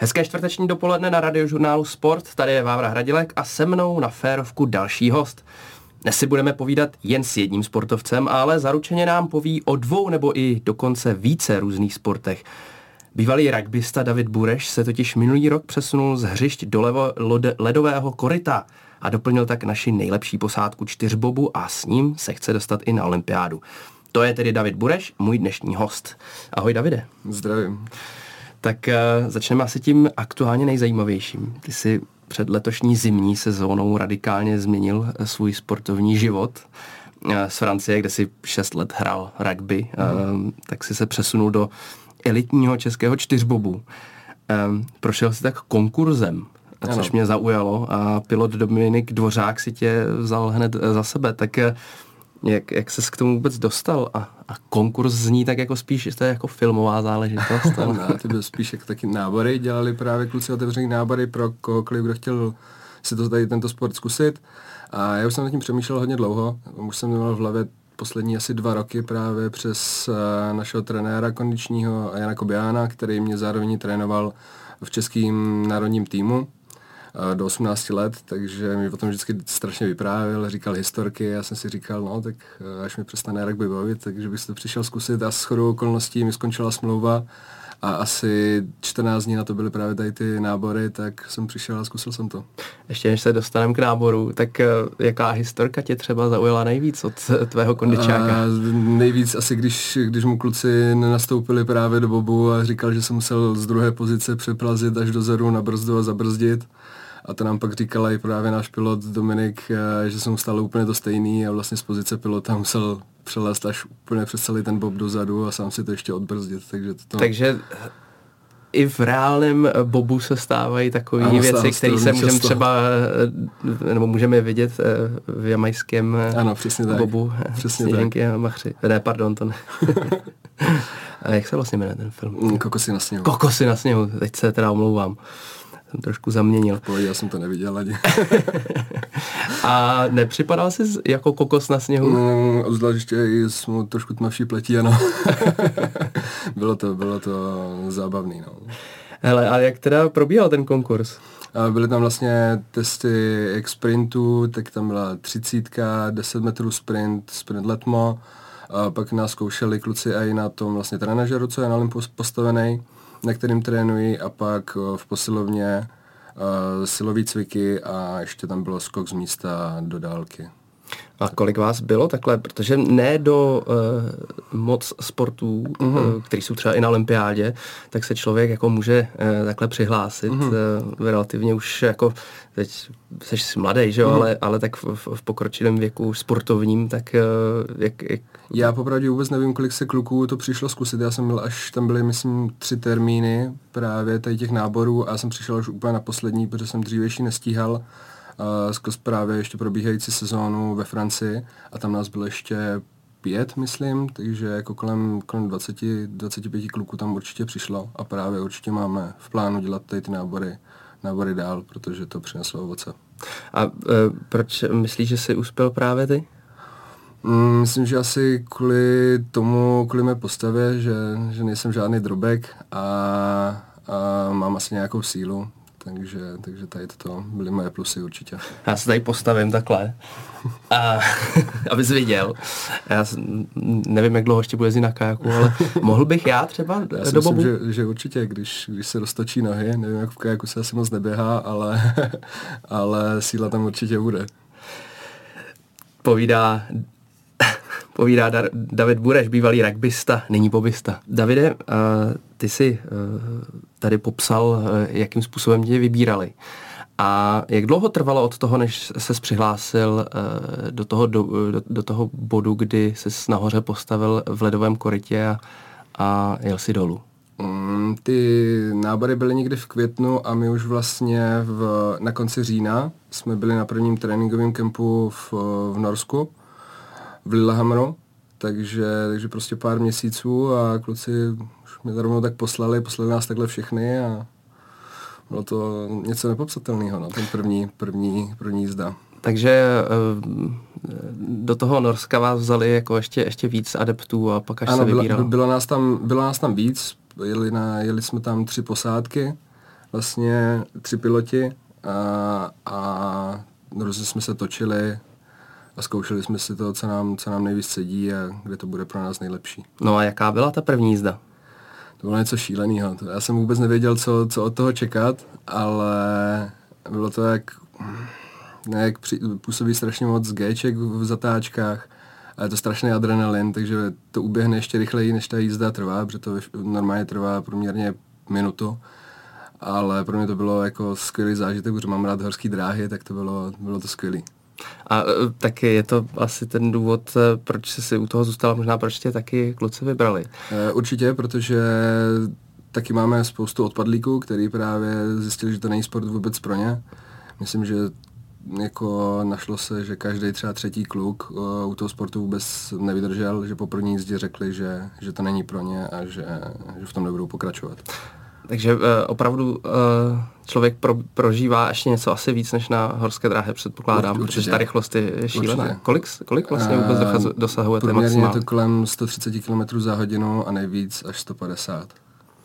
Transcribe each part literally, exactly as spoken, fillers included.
Hezké čtvrteční dopoledne na Radiožurnálu Sport, tady je Vávra Hradilek a se mnou na férovku další host. Dnes si budeme povídat jen s jedním sportovcem, ale zaručeně nám poví o dvou nebo i dokonce více různých sportech. Bývalý rugbysta David Bureš se totiž minulý rok přesunul z hřišť do levo, lode, ledového koryta a doplnil tak naši nejlepší posádku čtyřbobu a s ním se chce dostat i na olympiádu. To je tedy David Bureš, můj dnešní host. Ahoj Davide. Zdravím. Tak uh, začneme asi tím aktuálně nejzajímavějším. Ty jsi před letošní zimní sezónou radikálně změnil svůj sportovní život. Uh, z Francie, kde si šest let hrál rugby, mm. uh, tak si se přesunul do elitního českého čtyřbobu. Uh, prošel si tak konkurzem, ano. Což mě zaujalo a pilot Dominik Dvořák si tě vzal hned za sebe. Tak uh, Jak, jak ses k tomu vůbec dostal? A, a konkurs zní tak jako spíš, to je jako filmová záležitost. No, ty byl spíš jako taky nábory, dělali právě kluci otevřený nábory pro kohokoliv, kdo chtěl si to tady tento sport zkusit. A já už jsem nad tím přemýšlel hodně dlouho. Už jsem měl v hlavě poslední asi dva roky právě přes uh, našeho trenéra kondičního Jana Kobiána, který mě zároveň trénoval v českém národním týmu do osmnácti let, takže mi o tom vždycky strašně vyprávěl, říkal historky, já jsem si říkal, no tak až mi přestane rugby bavit, takže bych si to přišel zkusit a shodou okolností mi skončila smlouva a asi čtrnáct dní na to byly právě tady ty nábory, tak jsem přišel a zkusil jsem to. Ještě než se dostaneme k náboru, tak jaká historka tě třeba zaujala nejvíc od tvého kondičáka? A nejvíc asi, když, když mu kluci nenastoupili právě do bobu a říkal, že jsem musel z druhé pozice přeplazit až dozadu na brzdu a zabrzdit. A to nám pak říkal i právě náš pilot Dominik, že jsem stále úplně to stejný a vlastně z pozice pilota musel přelézt až úplně přes celý ten bob dozadu a sám si to ještě odbrzdit. Takže, to... takže i v reálném bobu se stávají takové věci, které se můžeme třeba, nebo můžeme vidět v jamajském ano, přesně bobu. Přesně Sněženky a machři. Ne, pardon, to ne. A jak se vlastně jmenuje ten film? Kokosy na sněhu. Kokosy na sněhu, teď se teda omlouvám. Jsem trošku zaměnil. Pohodě, já jsem to neviděl ani. A nepřipadal jsi jako kokos na sněhu? No, obzvlášť ještě i s trošku tmavší pletí, ano. bylo to, bylo to zábavný, no. Hele, a jak teda probíhal ten konkurs? A byly tam vlastně testy jak sprintu, tak tam byla třicítka, deset metrů sprint, sprint letmo. A pak nás zkoušeli kluci i na tom vlastně trenažeru, co je na Olympu postavený, na kterým trénují, a pak v posilovně uh, silový cviky a ještě tam bylo skok z místa do dálky. A kolik vás bylo takhle? Protože ne do uh, moc sportů, mm-hmm. uh, který jsou třeba i na olympiádě, tak se člověk jako může uh, takhle přihlásit. Mm-hmm. Uh, relativně už jako, teď jsi mladý, že jo, mm-hmm. ale, ale tak v, v pokročilém věku sportovním, tak uh, jak, jak... Já popravdě vůbec nevím, kolik se kluků to přišlo zkusit. Já jsem byl až, tam byly, myslím, tři termíny právě tady těch náborů a já jsem přišel už úplně na poslední, protože jsem dřívější nestíhal. Uh, zkus právě ještě probíhající sezónu ve Francii a tam nás bylo ještě pět, myslím, takže jako kolem, kolem dvacet, dvacet pět kluků tam určitě přišlo a právě určitě máme v plánu dělat tady ty nábory, nábory dál, protože to přineslo ovoce. A uh, proč myslíš, že jsi uspěl právě ty? Mm, myslím, že asi kvůli tomu, kvůli mé postavě, že, že nejsem žádný drobek a, a mám asi nějakou sílu. Takže, takže tady to byly moje plusy určitě. Já se tady postavím takhle, a, abys viděl. Já nevím, jak dlouho ještě bude jezdit na kajaku, ale mohl bych já třeba já do bobu? Myslím, že, že určitě, když, když se roztočí nohy, nevím, jak v kajaku se asi moc neběhá, ale, ale síla tam určitě bude. Povídá... Povídá Dar- David Bureš, bývalý rugbysta, nyní bobista. Davide, uh, ty jsi uh, tady popsal, uh, jakým způsobem tě vybírali. A jak dlouho trvalo od toho, než ses přihlásil uh, do, toho, do, do, do toho bodu, kdy ses nahoře postavil v ledovém korytě a, a jel si dolů? Mm, ty nábory byly někdy v květnu a my už vlastně v, na konci října jsme byli na prvním tréninkovém kempu v, v Norsku, v Lillehammeru, takže, takže prostě pár měsíců a kluci už mě rovnou tak poslali, poslali nás takhle všechny a bylo to něco nepopsatelného, no, ten první, první, první jízda. Takže do toho Norska vás vzali jako ještě, ještě víc adeptů a pak až ano, se vybíralo. Bylo, bylo, nás tam, bylo nás tam víc, jeli, na, jeli jsme tam tři posádky vlastně tři piloti a, a různě jsme se točili a zkoušeli jsme si to, co nám, co nám nejvíc sedí a kde to bude pro nás nejlepší. No a jaká byla ta první jízda? To bylo něco šíleného. Já jsem vůbec nevěděl, co, co od toho čekat, ale bylo to jak, ne, jak při, působí strašně moc géček v zatáčkách a je to strašný adrenalin, takže to uběhne ještě rychleji, než ta jízda trvá, protože to normálně trvá průměrně minutu. Ale pro mě to bylo jako skvělý zážitek, protože mám rád horské dráhy, tak to bylo, bylo to skvělý. A taky je to asi ten důvod, proč jsi si u toho zůstala, možná proč tě taky kluci vybrali. Určitě, protože taky máme spoustu odpadlíků, který právě zjistili, že to není sport vůbec pro ně. Myslím, že jako našlo se, že každý třeba třetí kluk u toho sportu vůbec nevydržel, že po první jízdě řekli, že, že to není pro ně a že, že v tom nebudou pokračovat. Takže uh, opravdu uh, člověk pro, prožívá ještě něco asi víc než na horské dráhe, předpokládám, Určitě. Protože ta rychlost je šílená. Určitě. Kolik, kolik vlastně vůbec dochaz, dosahujete maximálně? Průměrně je to kolem sto třicet kilometrů za hodinu a nejvíc až sto padesát.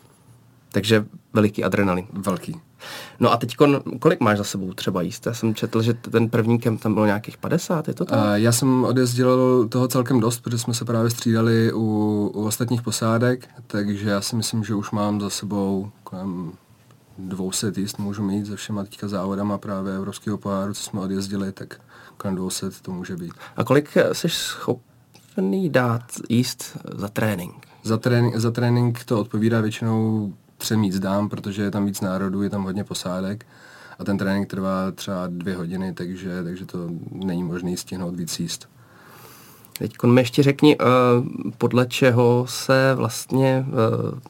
Takže veliký adrenalin. Velký. No a teď kolik máš za sebou třeba jíst? Já jsem četl, že ten první kemp tam bylo nějakých padesát, je to tak? Uh, já jsem odjezdil toho celkem dost, protože jsme se právě střídali u, u ostatních posádek, takže já si myslím, že už mám za sebou kolem dvě stě jíst můžu mít se všema teďka závodama právě Evropského poháru, co jsme odjezdili, tak kolem dvě stě to může být. A kolik jsi schopný dát jíst za trénink? Za trénink, za trénink to odpovídá většinou třem jízdám, protože je tam víc národů, je tam hodně posádek a ten trénink trvá třeba dvě hodiny, takže, takže to není možné stihnout víc jíst. Teď mi ještě řekni, uh, podle čeho se vlastně uh,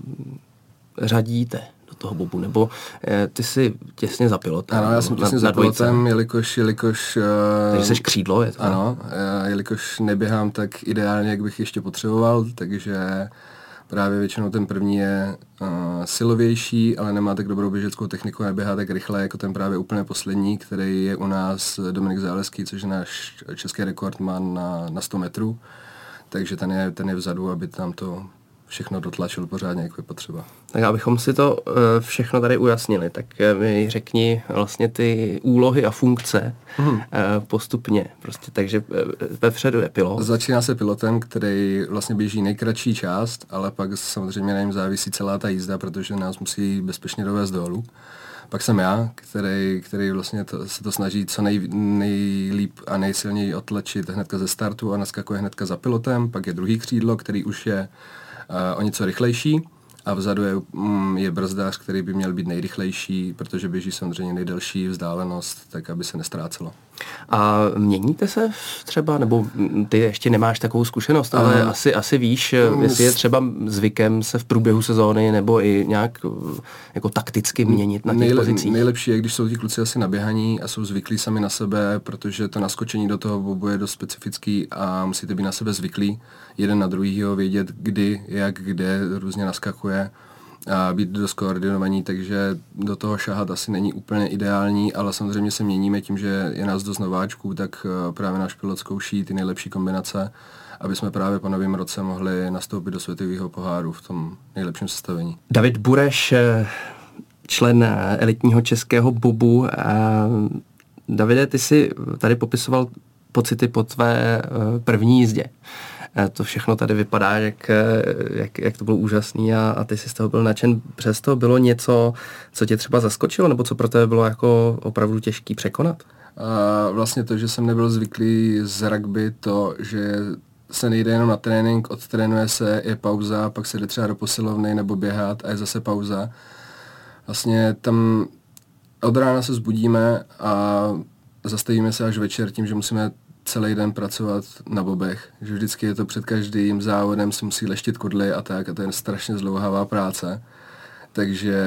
řadíte do toho bobu, nebo uh, ty jsi těsně za pilotem? Ano, já jsem těsně na, za na pilotem, jelikož... jelikož uh, takže jsi křídlo, je to? Ano, uh, jelikož neběhám tak ideálně, jak bych ještě potřeboval, takže právě většinou ten první je uh, silovější, ale nemá tak dobrou běžeckou techniku, neběhá tak rychle jako ten právě úplně poslední, který je u nás Dominik Záleský, což je náš český rekordman na, na sto metrů. Takže ten je, ten je vzadu, aby tam to všechno dotlačil pořádně, jako je potřeba. Tak abychom si to uh, všechno tady ujasnili, tak uh, mi řekni vlastně ty úlohy a funkce hmm. uh, postupně. Prostě, takže uh, vepředu je pilot. Začíná se pilotem, který vlastně běží nejkratší část, ale pak samozřejmě na něm závisí celá ta jízda, protože nás musí bezpečně dovést dolů. Pak jsem já, který, který vlastně to, se to snaží co nej, nejlíp a nejsilněji otlačit hnedka ze startu a naskakuje hnedka za pilotem. Pak je druhý křídlo, který už je uh, o něco rychlejší a vzadu je, um, je brzdář, který by měl být nejrychlejší, protože běží samozřejmě nejdelší vzdálenost, tak aby se nestrácelo. A měníte se třeba, nebo ty ještě nemáš takovou zkušenost, ale uh, asi, asi víš, um, jestli je třeba zvykem se v průběhu sezóny nebo i nějak jako takticky měnit na těch nejle, pozicích? Nejlepší je, když jsou ti kluci asi naběhaní a jsou zvyklí sami na sebe, protože to naskočení do toho bobu je dost specifický a musíte být na sebe zvyklí, jeden na druhýho, vědět kdy, jak, kde různě naskakuje a být dost koordinovaní, takže do toho šahat asi není úplně ideální, ale samozřejmě se měníme tím, že je nás dost nováčků, tak právě náš pilot zkouší ty nejlepší kombinace, aby jsme právě po novém roce mohli nastoupit do světového poháru v tom nejlepším sestavení. David Bureš, člen elitního českého bobu. Davide, ty jsi tady popisoval pocity po tvé první jízdě. To všechno tady vypadá, jak, jak, jak to bylo úžasný a, a ty jsi z toho byl nadšen. Přesto bylo něco, co tě třeba zaskočilo, nebo co pro tebe bylo jako opravdu těžký překonat? A vlastně to, že jsem nebyl zvyklý z rugby, to, že se nejde jenom na trénink, odtrénuje se, je pauza, pak se jde třeba do posilovny nebo běhat a je zase pauza. Vlastně tam od rána se zbudíme a zastavíme se až večer tím, že musíme celý den pracovat na bobech, že vždycky je to před každým závodem, si musí leštit kudly a tak a to je strašně zdlouhavá práce. Takže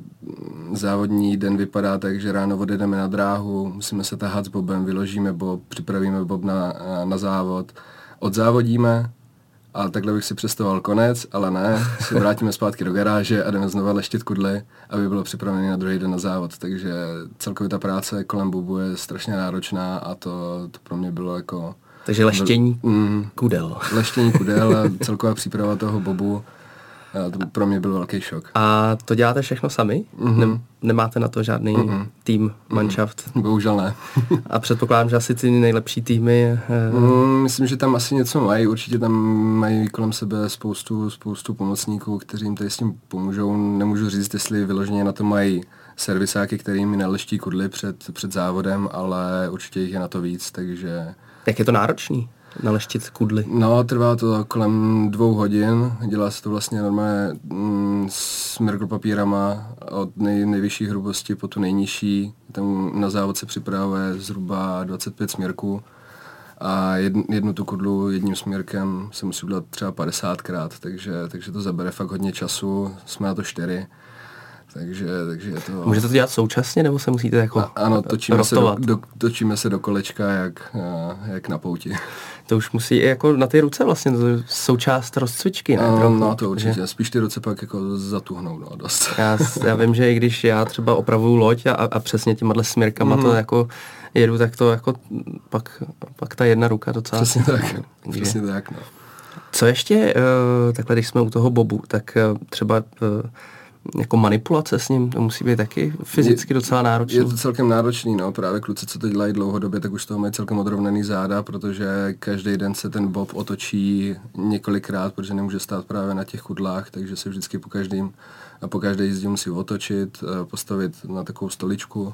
závodní den vypadá tak, že ráno odjedeme na dráhu, musíme se tahat s bobem, vyložíme bob, připravíme bob na, na závod, odzávodíme a takhle bych si představoval konec, ale ne, si vrátíme zpátky do garáže a jdeme znova leštit kudly, aby bylo připravené na druhý den na závod. Takže celkově ta práce kolem bobu je strašně náročná a to, to pro mě bylo jako... Takže leštění byl, mm, kudel. Leštění kudel a celková příprava toho bobu A to pro mě byl velký šok. A to děláte všechno sami? Mm-hmm. Nem, nemáte na to žádný mm-hmm. tým, manšaft? Mm-hmm. Bohužel ne. A předpokládám, že asi ty nejlepší týmy... Eh... Mm, myslím, že tam asi něco mají. Určitě tam mají kolem sebe spoustu, spoustu pomocníků, kteří jim tady s tím pomůžou. Nemůžu říct, jestli vyloženě na to mají servisáky, který mi naleští kudly před, před závodem, ale určitě jich je na to víc, takže... Jak je to náročný? Naleštit kudly? No, trvá to kolem dvou hodin. Dělá se to vlastně normálně mm, s mirkopapírama od nej, nejvyšší hrubosti po tu nejnižší. Tam na závod se připravuje zhruba dvacet pět směrků a jedn, jednu tu kudlu jedním směrkem se musí udělat třeba padesátkrát, takže, takže to zabere fakt hodně času. Jsme na to čtyři. Takže, takže je to... Můžete to dělat současně, nebo se musíte jako a, ano, točíme se do, rotovat? do, točíme se do kolečka, jak, jak na pouti. To už musí i jako na ty ruce vlastně, to je součást rozcvičky, ne? No, Trochu, no to určitě, že... spíš ty ruce pak jako zatuhnou, no, dost. Já, já vím, že i když já třeba opravuju loď a, a přesně těmahle směrkama mm-hmm. to jako jedu, tak to jako pak, pak ta jedna ruka docela... Přesně tak, přesně tak, no. Co ještě, uh, takhle když jsme u toho bobu, tak uh, třeba uh, jako manipulace s ním, to musí být taky fyzicky je, docela náročný. Je to celkem náročný, no, právě kluci, co to dělají dlouhodobě, tak už toho mají celkem odrovnaný záda, protože každý den se ten bob otočí několikrát, protože nemůže stát právě na těch kudlách, takže se vždycky po každém a po každé jízdě musí otočit, postavit na takovou stoličku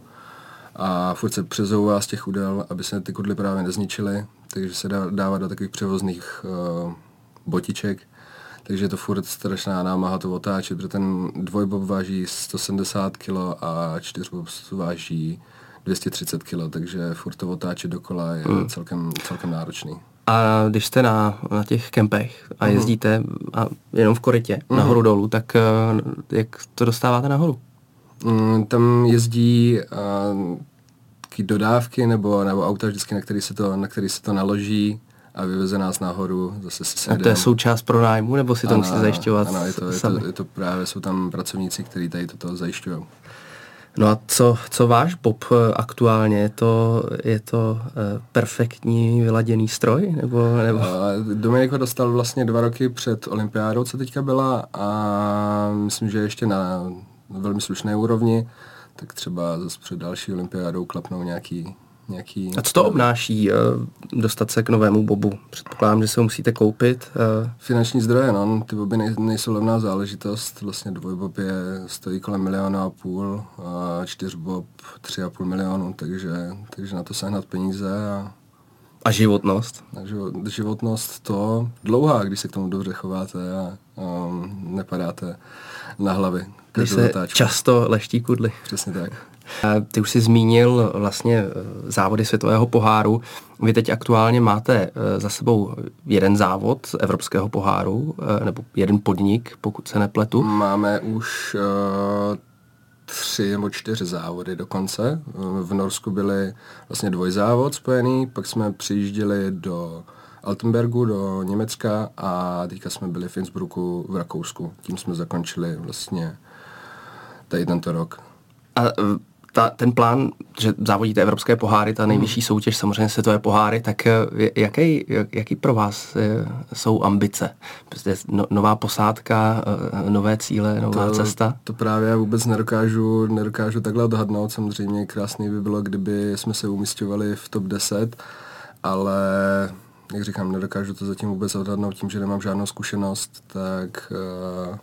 a furt se přezouvá z těch udel, aby se ty kudly právě nezničily, takže se dá, dává do takových převozných uh, botiček. Takže je to furt strašná námaha to otáčet, protože ten dvojbob váží sto sedmdesát kilo a čtyřbob váží dvě stě třicet kilo, takže furt to otáčet dokola je mm. celkem, celkem náročný. A když jste na, na těch kempech a jezdíte mm. a jenom v korytě mm. nahoru dolů, tak jak to dostáváte nahoru? Mm, tam jezdí uh, dodávky nebo, nebo auta vždycky, na který se to, na který se to naloží a vyveze nás nahoru, zase si sedem. A to je součást pronájmu, nebo si to ano, musíte zajišťovat ano, je to, je, to, je to právě, jsou tam pracovníci, kteří tady toto zajišťují. No a co, co váš bob aktuálně? Je to, je to uh, perfektní vyladěný stroj? Nebo, nebo? Uh, Dominik ho dostal vlastně dva roky před olympiádou, co teďka byla, a myslím, že ještě na velmi slušné úrovni, tak třeba zase před další olympiádou klapnou nějaký Nějaký... A co to obnáší uh, dostat se k novému bobu? Předpokládám, že se ho musíte koupit. Uh... Finanční zdroje, no. Ty boby nej, nejsou levná záležitost. Vlastně dvojbob je, stojí kolem miliona a půl, a čtyřbob tři a půl milionu, takže, takže na to sehnat peníze. A, a životnost? A život, životnost to dlouhá, když se k tomu dobře chováte a um, nepadáte na hlavy. Když se zatáčku. Často leští kudly. Přesně tak. Ty už jsi zmínil vlastně závody světového poháru. Vy teď aktuálně máte za sebou jeden závod evropského poháru, nebo jeden podnik, pokud se nepletu. Máme už uh, tři nebo čtyři závody dokonce. V Norsku byly vlastně dvojzávod spojený, pak jsme přijížděli do Altenbergu, do Německa a teďka jsme byli v Innsbrucku v Rakousku. Tím jsme zakončili vlastně tady tento rok. A ta, ten plán, že závodíte evropské poháry, ta nejvyšší soutěž, samozřejmě světové poháry, tak jaký, jaký pro vás jsou ambice? Prostě no, nová posádka, nové cíle, nová to, cesta? To právě já vůbec nedokážu, nedokážu takhle odhadnout. Samozřejmě krásný by bylo, kdyby jsme se umisťovali v top deset, ale jak říkám, nedokážu to zatím vůbec odhadnout tím, že nemám žádnou zkušenost, tak... Uh,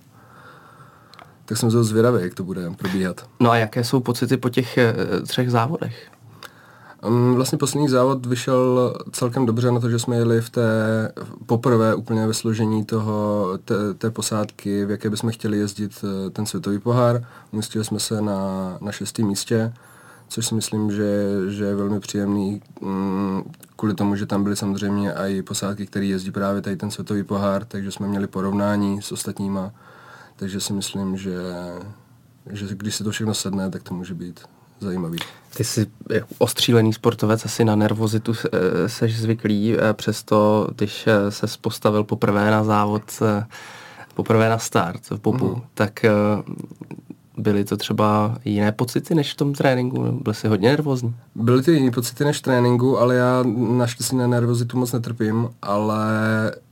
tak jsem zase zvědavý, jak to bude probíhat. No a jaké jsou pocity po těch e, třech závodech? Um, vlastně poslední závod vyšel celkem dobře na to, že jsme jeli v té poprvé úplně ve složení toho, té, té posádky, v jaké bychom chtěli jezdit ten světový pohár. Umístili jsme se na, na šestém místě, což si myslím, že, že je velmi příjemný, um, kvůli tomu, že tam byly samozřejmě i posádky, které jezdí právě tady ten světový pohár, takže jsme měli porovnání s ostatníma. Takže si myslím, že, že když se to všechno sedne, tak to může být zajímavý. Ty jsi ostřílený sportovec, asi na nervozitu seš zvyklý, přesto když se postavil poprvé na závod, poprvé na start v popu, mm. tak byly to třeba jiné pocity než v tom tréninku? Byl jsi hodně nervózní? Byly ty jiné pocity než v tréninku, ale já naštěstí na nervozitu moc netrpím, ale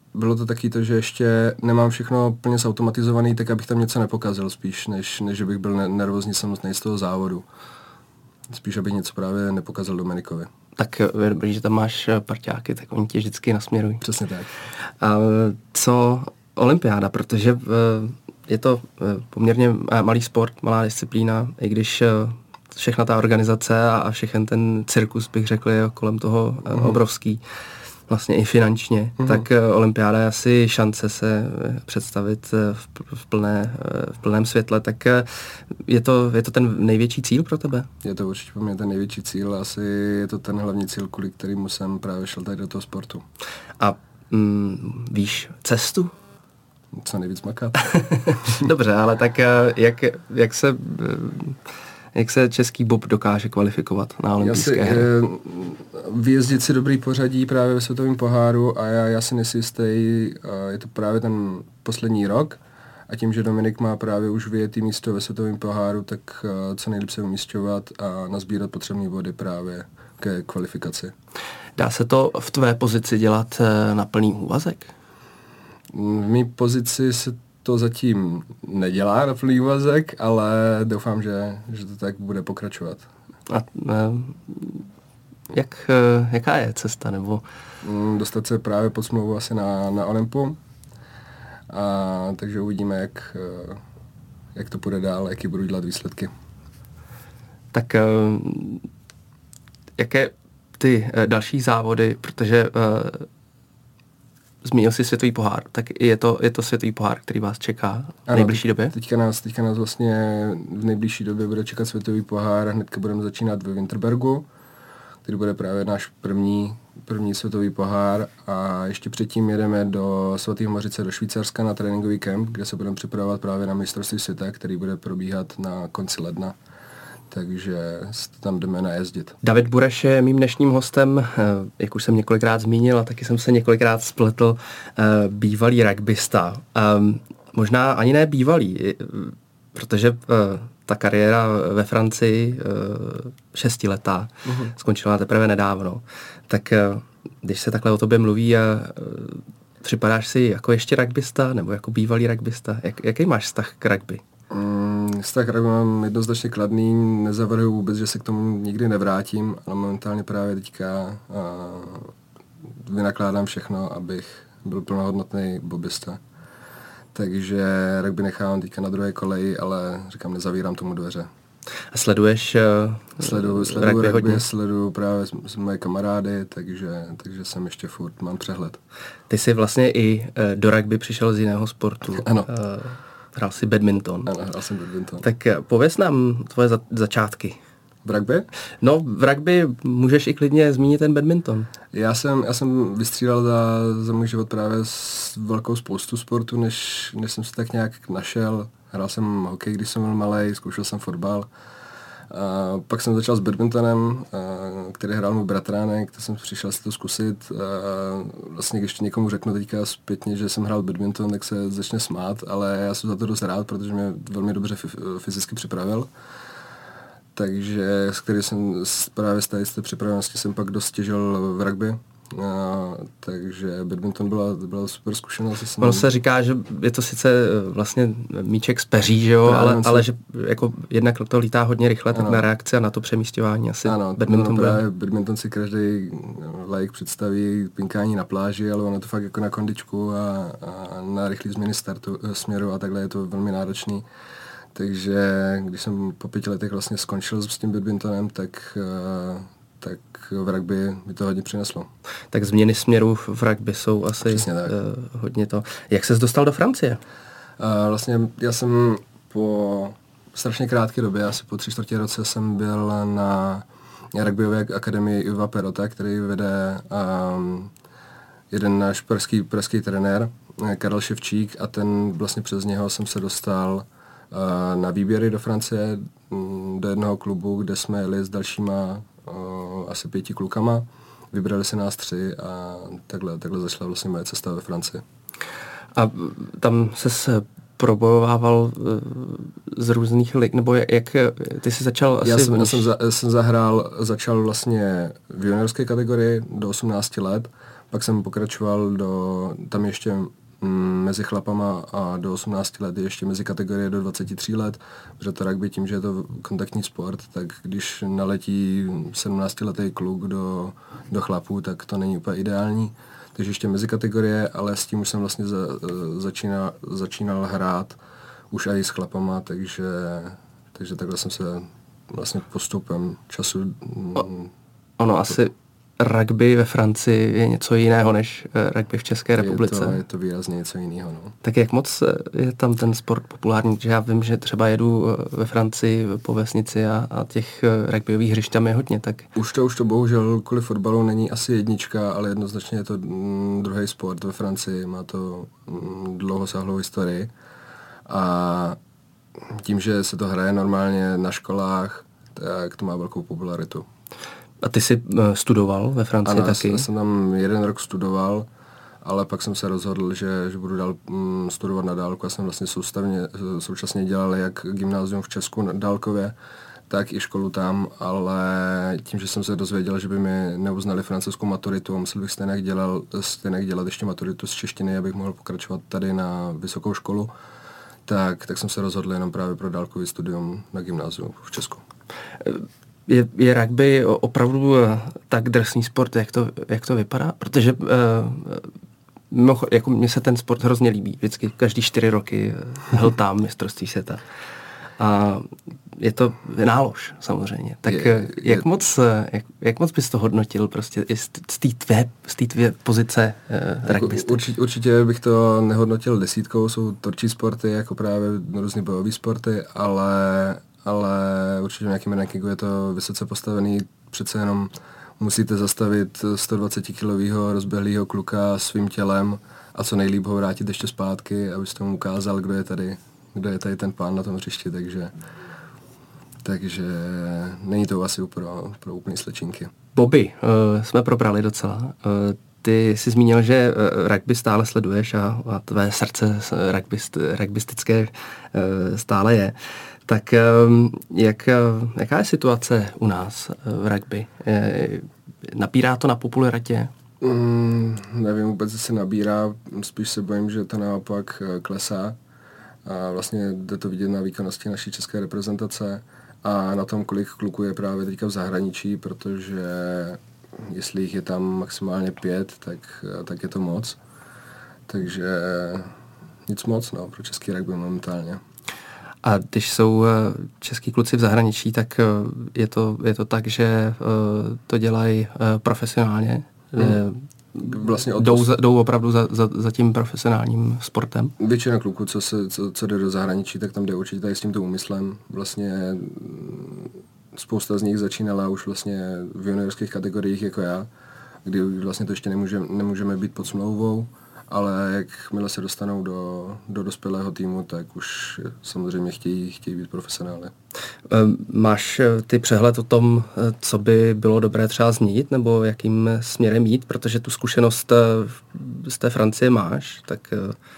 bylo to taky to, že ještě nemám všechno plně zautomatizovaný, tak abych tam něco nepokazil spíš, než, než bych byl nervózní samotný z toho závodu. Spíš, abych něco právě nepokazil Dominikovi. Tak je dobrý, že tam máš parťáky, tak oni tě vždycky nasměrují. Přesně tak. A co olympiáda, protože je to poměrně malý sport, malá disciplína, i když všechna ta organizace a všechen ten cirkus, bych řekl, je kolem toho mm. obrovský, vlastně i finančně, mm. tak olympiáda je asi šance se představit v, v, plné, v plném světle, tak je to, je to ten největší cíl pro tebe? Je to určitě pro mě ten největší cíl, asi je to ten hlavní cíl, kvůli kterému jsem právě šel tady do toho sportu. A mm, víš cestu? Co nejvíc makat. Dobře, ale tak jak, jak se... Jak se český bob dokáže kvalifikovat na olympijské hry? Vyjezdit si dobrý pořadí právě ve světovém poháru a já, já si nejsem je to právě ten poslední rok a tím, že Dominik má právě už vyjetý místo ve světovém poháru, tak co nejlíp se umísťovat a nazbírat potřebné body právě ke kvalifikaci. Dá se to v tvé pozici dělat na plný úvazek? V mý pozici se to zatím nedělá na plný úvazek, ale doufám, že, že to tak bude pokračovat. A jak, jaká je cesta? Nebo? Dostat se právě pod smlouvu asi na, na Olympu. A, takže uvidíme, jak, jak to půjde dál, jaký budou dělat výsledky. Tak jaké ty další závody, protože zmínil jsi světový pohár, tak je to, je to světový pohár, který vás čeká v ano, nejbližší době? Teďka nás, teďka nás vlastně v nejbližší době bude čekat světový pohár, hnedka budeme začínat ve Winterbergu, který bude právě náš první, první světový pohár a ještě předtím jedeme do Svatého Mořice do Švýcarska na tréninkový kemp, kde se budeme připravovat právě na mistrovství světa, který bude probíhat na konci ledna. Takže tam jdeme najezdit. David Bureš je mým dnešním hostem, jak už jsem několikrát zmínil a taky jsem se několikrát spletl, bývalý rugbysta. Možná ani ne bývalý, protože ta kariéra ve Francii šestiletá uhum. skončila teprve nedávno. Tak když se takhle o tobě mluví a připadáš si jako ještě rugbysta nebo jako bývalý rugbysta, jak, jaký máš vztah k rugby? Mm, vztah k rugby mám jednoznačně kladný, nezavrhuji vůbec, že se k tomu nikdy nevrátím, ale momentálně právě teďka uh, vynakládám všechno, abych byl plnohodnotný bobista. Takže rugby nechávám teďka na druhé koleji, ale říkám, nezavírám tomu dveře. A sleduješ uh, sleduju, sleduju rugby, rugby hodně? Sleduju právě s, s moje kamarády, takže, takže jsem ještě furt, mám přehled. Ty jsi vlastně i uh, do rugby přišel z jiného sportu. Ano. Uh, hrál jsi badminton. Ano, hrál jsem badminton. Tak uh, pověz nám tvoje za, začátky. V rugby? No, v rugby můžeš i klidně zmínit ten badminton. Já jsem, já jsem vystřídal za, za můj život právě s velkou spoustu sportu, než, než jsem se tak nějak našel. Hrál jsem hokej, když jsem byl malej, zkoušel jsem fotbal. A pak jsem začal s badmintonem, a, který hrál můj bratránek, tak jsem přišel si to zkusit. A vlastně když někomu řeknu teďka zpětně, že jsem hrál badminton, tak se začne smát, ale já jsem za to dost rád, protože mě velmi dobře fyzicky připravil. Takže s který jsem právě z té připravenosti jsem pak dost těžil v rugby. A, takže badminton byla, byla super zkušenost. Jsem... Ono se říká, že je to sice vlastně míček z peří, že jo, ale, ale, ale že jako jednak to lítá hodně rychle, tak ano. Na reakci a na to přemístěvání asi ano, badminton bude. Právě badminton si každý laik představí pinkání na pláži, ale ono to fakt jako na kondičku a, a na rychlý změny startu, směru a takhle je to velmi náročný. Takže když jsem po pěti letech vlastně skončil s tím badmintonem, tak, tak v rugby mi to hodně přineslo. Tak změny směru v rugby jsou asi uh, hodně to. Jak ses dostal do Francie? Uh, vlastně já jsem po strašně krátké době, asi po tři čtvrtě roce jsem byl na rugbyové akademii Iva Perota, který vede um, jeden náš pražský, pražský trenér, Karel Ševčík, a ten vlastně přes něho jsem se dostal na výběry do Francie, do jednoho klubu, kde jsme jeli s dalšíma o, asi pěti klukama. Vybrali se nás tři a takhle, takhle začala vlastně moje cesta ve Francii. A tam se probojovával z různých lig, nebo jak ty jsi začal asi... Já jsem, já jsem, za, jsem zahrál, začal vlastně v juniorské kategorii do osmnácti let, Pak jsem pokračoval do, tam ještě mm, mezi chlapama a do osmnácti let, ještě mezi kategorie do dvaceti tří let, protože to rugby tím, že je to kontaktní sport, tak když naletí sedmnáctiletý kluk do, do chlapů, tak to není úplně ideální. Takže ještě mezi kategorie, ale s tím už jsem vlastně za, začínal, začínal hrát už i s chlapama, takže, takže takhle jsem se vlastně postupem času... Mm, ono to, asi rugby ve Francii je něco jiného než rugby v České republice. Je to, je to výrazně něco jiného. No. Tak jak moc je tam ten sport populární? Že já vím, že třeba jedu ve Francii po vesnici a, a těch rugbyových hřišť tam je hodně. Tak... Už to, už to bohužel kvůli fotbalu není asi jednička, ale jednoznačně je to mm, druhý sport ve Francii. Má to mm, dlouhosáhlou historii. A tím, že se to hraje normálně na školách, tak to má velkou popularitu. A ty jsi uh, studoval ve Francii ano, taky? Ano, já jsem tam jeden rok studoval, ale pak jsem se rozhodl, že, že budu dál um, studovat na dálku. Já jsem vlastně soustavně, současně dělal jak gymnázium v Česku na dálkově, tak i školu tam, ale tím, že jsem se dozvěděl, že by mi neuznali francouzskou maturitu a musel bych stejně dělat, stejně dělat ještě maturitu z češtiny, abych mohl pokračovat tady na vysokou školu, tak, tak jsem se rozhodl jenom právě pro dálkový studium na gymnáziu v Česku. Je, je rugby opravdu tak drsný sport, jak to, jak to vypadá? Protože uh, jako mně se ten sport hrozně líbí. Vždycky každý čtyři roky hltám mistrovství světa. A je to nálož, samozřejmě. Tak je, jak, je, moc, jak, jak moc bys to hodnotil prostě z té tvé, z té tvé pozice uh, rugbysty? Určitě, určitě bych to nehodnotil desítkou, jsou tvrdší sporty, jako právě různý bojové sporty, ale... ale určitě v nějakém rankingu je to vysoce postavený, přece jenom musíte zastavit sto dvacet kilového rozběhlého kluka svým tělem a co nejlíp ho vrátit ještě zpátky, abyste mu ukázal, kdo je tady, kdo je tady ten pán na tom hřišti, takže, takže není to asi pro, pro úplný slečinky. Bobby, uh, jsme probrali docela. Uh, ty jsi zmínil, že uh, rugby stále sleduješ a, a tvé srdce rugbist, rugbystické uh, stále je. Tak jak, jaká je situace u nás v rugby? Napírá to na popularitě? Mm, nevím vůbec, jestli se nabírá, spíš se bojím, že to naopak klesá. A vlastně jde to vidět na výkonnosti naší české reprezentace a na tom, kolik kluků je právě teďka v zahraničí, protože jestli jich je tam maximálně pět, tak, tak je to moc. Takže nic moc no, pro český rugby momentálně. A když jsou český kluci v zahraničí, tak je to, je to tak, že to dělají profesionálně? Hmm. Vlastně jdou, za, jdou opravdu za, za, za tím profesionálním sportem? Většina kluků, co, se, co, co jde do zahraničí, tak tam jde určitě tady s tímto úmyslem. Vlastně spousta z nich začínala už vlastně v juniorských kategoriích jako já, kdy vlastně to ještě nemůže, nemůžeme být pod smlouvou, ale jakmile se dostanou do, do dospělého týmu, tak už samozřejmě chtějí, chtějí být profesionály. Máš ty přehled o tom, co by bylo dobré třeba změnit, nebo jakým směrem jít, protože tu zkušenost z té Francie máš, tak...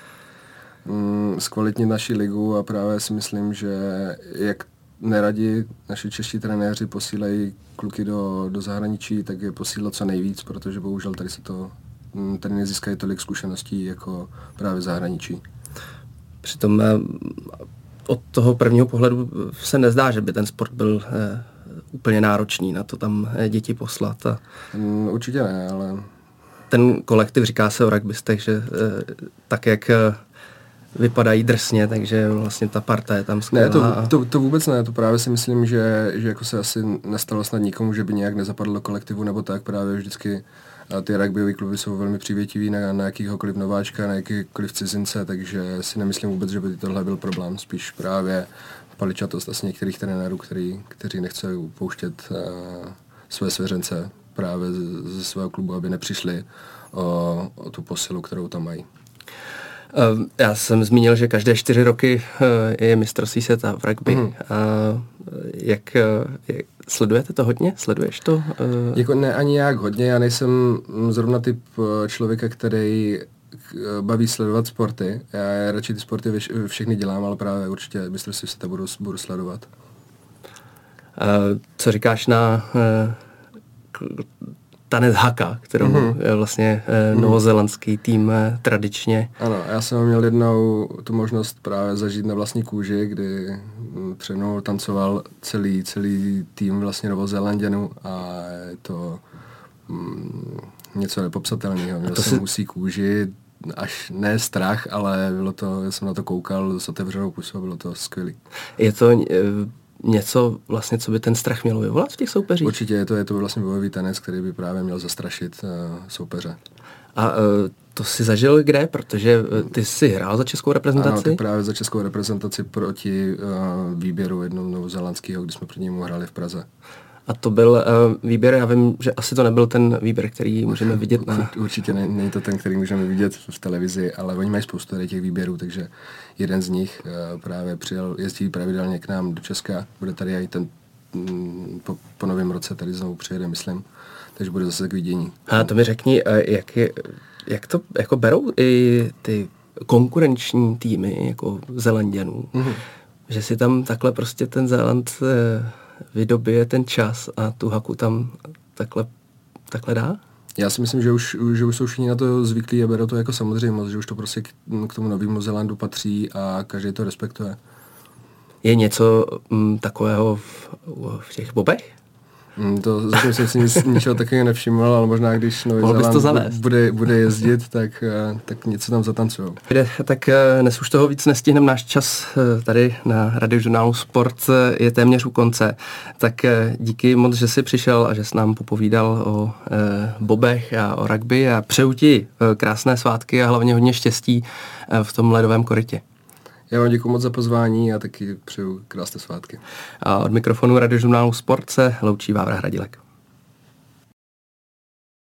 Mm, zkvalitnit naši ligu a právě si myslím, že jak neradi naši čeští trenéři posílají kluky do, do zahraničí, tak je posílat co nejvíc, protože bohužel tady se to tady nezískají tolik zkušeností jako právě v zahraničí. Přitom od toho prvního pohledu se nezdá, že by ten sport byl eh, úplně náročný na to tam děti poslat. A mm, určitě ne, ale... Ten kolektiv, říká se o rugbystech, že eh, tak, jak eh, vypadají drsně, takže vlastně ta parta je tam skvělá. Ne, to, to, to vůbec ne, to právě si myslím, že, že jako se asi nestalo snad nikomu, že by nějak nezapadlo do kolektivu nebo tak, právě vždycky a ty rugbyové kluby jsou velmi přívětiví na, na jakýhokoliv nováčka, na jakýkoliv cizince, takže si nemyslím vůbec, že by tohle byl problém. Spíš právě paličatost asi některých trenérů, který, kteří nechce upouštět uh, své svěřence právě ze, ze svého klubu, aby nepřišli o, o tu posilu, kterou tam mají. Uh, já jsem zmínil, že každé čtyři roky uh, je mistrovství světa v rugby. Mm. Uh, jak, jak sledujete to hodně? Sleduješ to? Uh... Jako ne ani jak hodně, já nejsem zrovna typ člověka, který baví sledovat sporty. Já radši ty sporty všechny dělám, ale právě určitě mistrovství světa budu, budu sledovat. Uh, co říkáš na uh, tanec haka, kterou mm-hmm. vlastně mm-hmm. novozélandský tým tradičně. Ano, já jsem měl jednou tu možnost právě zažít na vlastní kůži, kdy před mnou tancoval celý, celý tým vlastně Novozélanděnů a je to mm, něco nepopsatelného. Měl jsem si... husí kůži, až ne strach, ale bylo to, já jsem na to koukal s otevřenou pusou, bylo to skvělý. Je to e, něco vlastně, co by ten strach mělo vyvolat v těch soupeřích? Určitě je to, je to vlastně bojový tanec, který by právě měl zastrašit uh, soupeře. A uh, to jsi zažil kde? Protože uh, ty jsi hrál za českou reprezentaci? Ano, tak právě za českou reprezentaci proti uh, výběru jednoho novozélandského, kdy jsme proti němu hráli v Praze. A to byl uh, výběr, já vím, že asi to nebyl ten výběr, který můžeme vidět na... Určitě ne, není to ten, který můžeme vidět v televizi, ale oni mají spoustu těch výběrů, takže jeden z nich uh, právě přijel, jezdí pravidelně k nám do Česka, bude tady i ten mm, po, po novém roce tady znovu přijede, myslím, takže bude zase k vidění. A to mi řekni, uh, jak, je, jak to jako berou i ty konkurenční týmy, jako Zélanďanů, mm-hmm. že si tam takhle prostě ten Zéland... Uh, vydobije ten čas a tu haku tam takhle, takhle dá? Já si myslím, že už, že už jsou všichni na to zvyklí a berou to jako samozřejmost, že už to prostě k, k tomu novému Zélandu patří a každý to respektuje. Je něco m, takového v, v těch bobech? Mm, to zatím jsem si nic, ničeho takového nevšiml, ale možná když Nový Zéland bude, bude jezdit, tak, tak něco tam zatancujou. Tak dnes už toho víc nestihneme, náš čas tady na Radiožurnálu Sport je téměř u konce. Tak díky moc, že jsi přišel a že jsi nám popovídal o e, bobech a o rugby a přeju ti krásné svátky a hlavně hodně štěstí v tom ledovém korytě. Já vám děkuji moc za pozvání a taky přeju krásné svátky. A od mikrofonu Radiožurnálu Sport se loučí Vávra Hradilek.